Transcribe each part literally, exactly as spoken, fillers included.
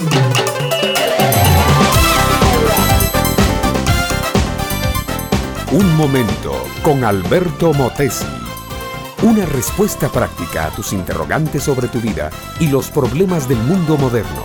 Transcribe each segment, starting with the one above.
Un momento con Alberto Motesi. Una respuesta práctica a tus interrogantes sobre tu vida y los problemas del mundo moderno.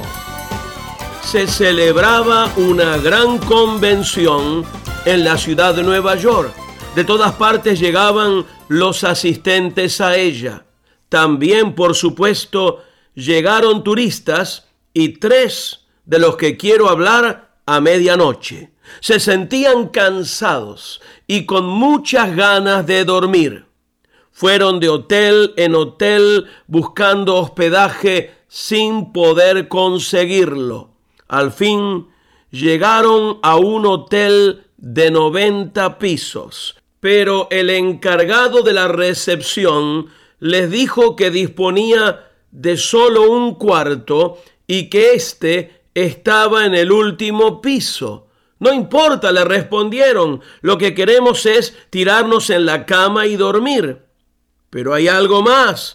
Se celebraba una gran convención en la ciudad de Nueva York. De todas partes llegaban los asistentes a ella. También, por supuesto, llegaron turistas y tres de los que quiero hablar a medianoche. Se sentían cansados y con muchas ganas de dormir. Fueron de hotel en hotel buscando hospedaje sin poder conseguirlo. Al fin llegaron a un hotel de noventa pisos, pero el encargado de la recepción les dijo que disponía de solo un cuarto y que éste estaba en el último piso. No importa, le respondieron, lo que queremos es tirarnos en la cama y dormir. Pero hay algo más,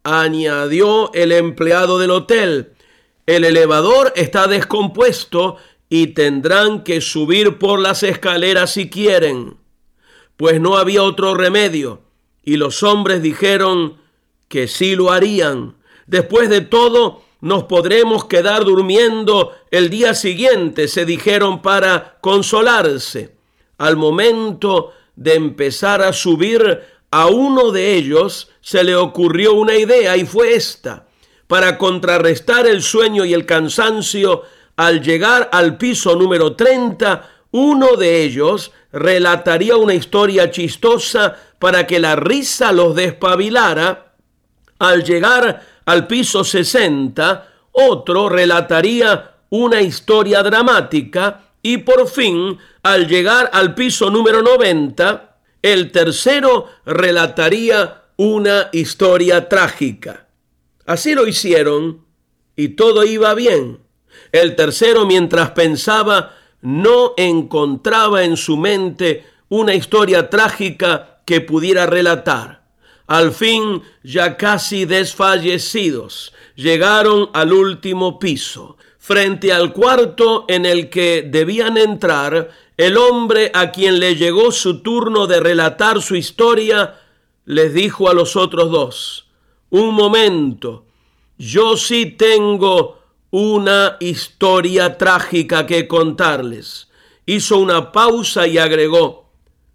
añadió el empleado del hotel. El elevador está descompuesto y tendrán que subir por las escaleras si quieren. Pues no había otro remedio, y los hombres dijeron que sí lo harían. Después de todo, nos podremos quedar durmiendo el día siguiente, se dijeron para consolarse. Al momento de empezar a subir, a uno de ellos se le ocurrió una idea y fue esta. Para contrarrestar el sueño y el cansancio, al llegar al piso número treinta, uno de ellos relataría una historia chistosa para que la risa los despabilara. Al llegar al piso sesenta, otro relataría una historia dramática y por fin, al llegar al piso número noventa, el tercero relataría una historia trágica. Así lo hicieron y todo iba bien. El tercero, mientras pensaba, no encontraba en su mente una historia trágica que pudiera relatar. Al fin, ya casi desfallecidos, llegaron al último piso. Frente al cuarto en el que debían entrar, el hombre a quien le llegó su turno de relatar su historia, les dijo a los otros dos: un momento, yo sí tengo una historia trágica que contarles. Hizo una pausa y agregó: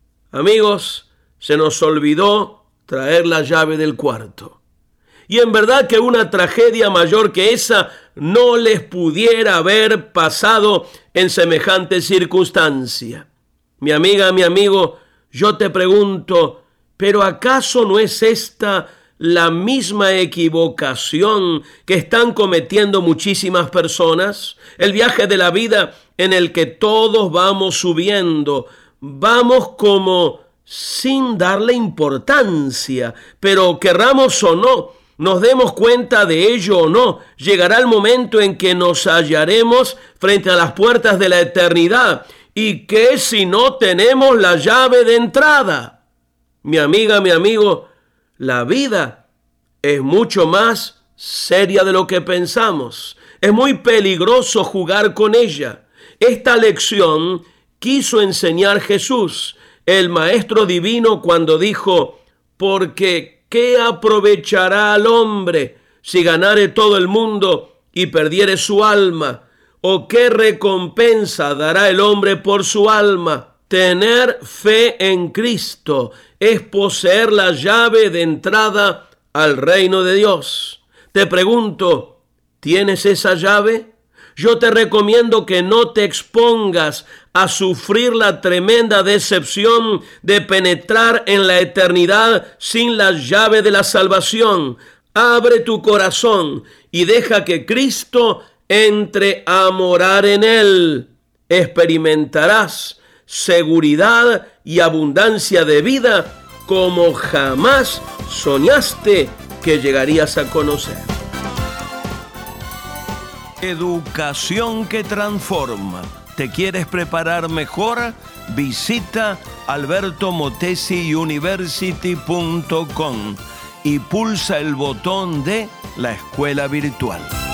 amigos, se nos olvidó traer la llave del cuarto. Y en verdad que una tragedia mayor que esa no les pudiera haber pasado en semejante circunstancia. Mi amiga, mi amigo, yo te pregunto, ¿pero acaso no es esta la misma equivocación que están cometiendo muchísimas personas? El viaje de la vida en el que todos vamos subiendo, vamos como sin darle importancia, pero querramos o no, nos demos cuenta de ello o no, llegará el momento en que nos hallaremos frente a las puertas de la eternidad. ¿Y qué si no tenemos la llave de entrada? Mi amiga, mi amigo, la vida es mucho más seria de lo que pensamos. Es muy peligroso jugar con ella. Esta lección quiso enseñar Jesús, el Maestro Divino, cuando dijo: porque ¿qué aprovechará al hombre si ganare todo el mundo y perdiere su alma? ¿O qué recompensa dará el hombre por su alma? Tener fe en Cristo es poseer la llave de entrada al reino de Dios. Te pregunto, ¿tienes esa llave? Yo te recomiendo que no te expongas a sufrir la tremenda decepción de penetrar en la eternidad sin la llave de la salvación. Abre tu corazón y deja que Cristo entre a morar en él. Experimentarás seguridad y abundancia de vida como jamás soñaste que llegarías a conocer. Educación que transforma. ¿Te quieres preparar mejor? Visita alberto motesi university punto com y pulsa el botón de la escuela virtual.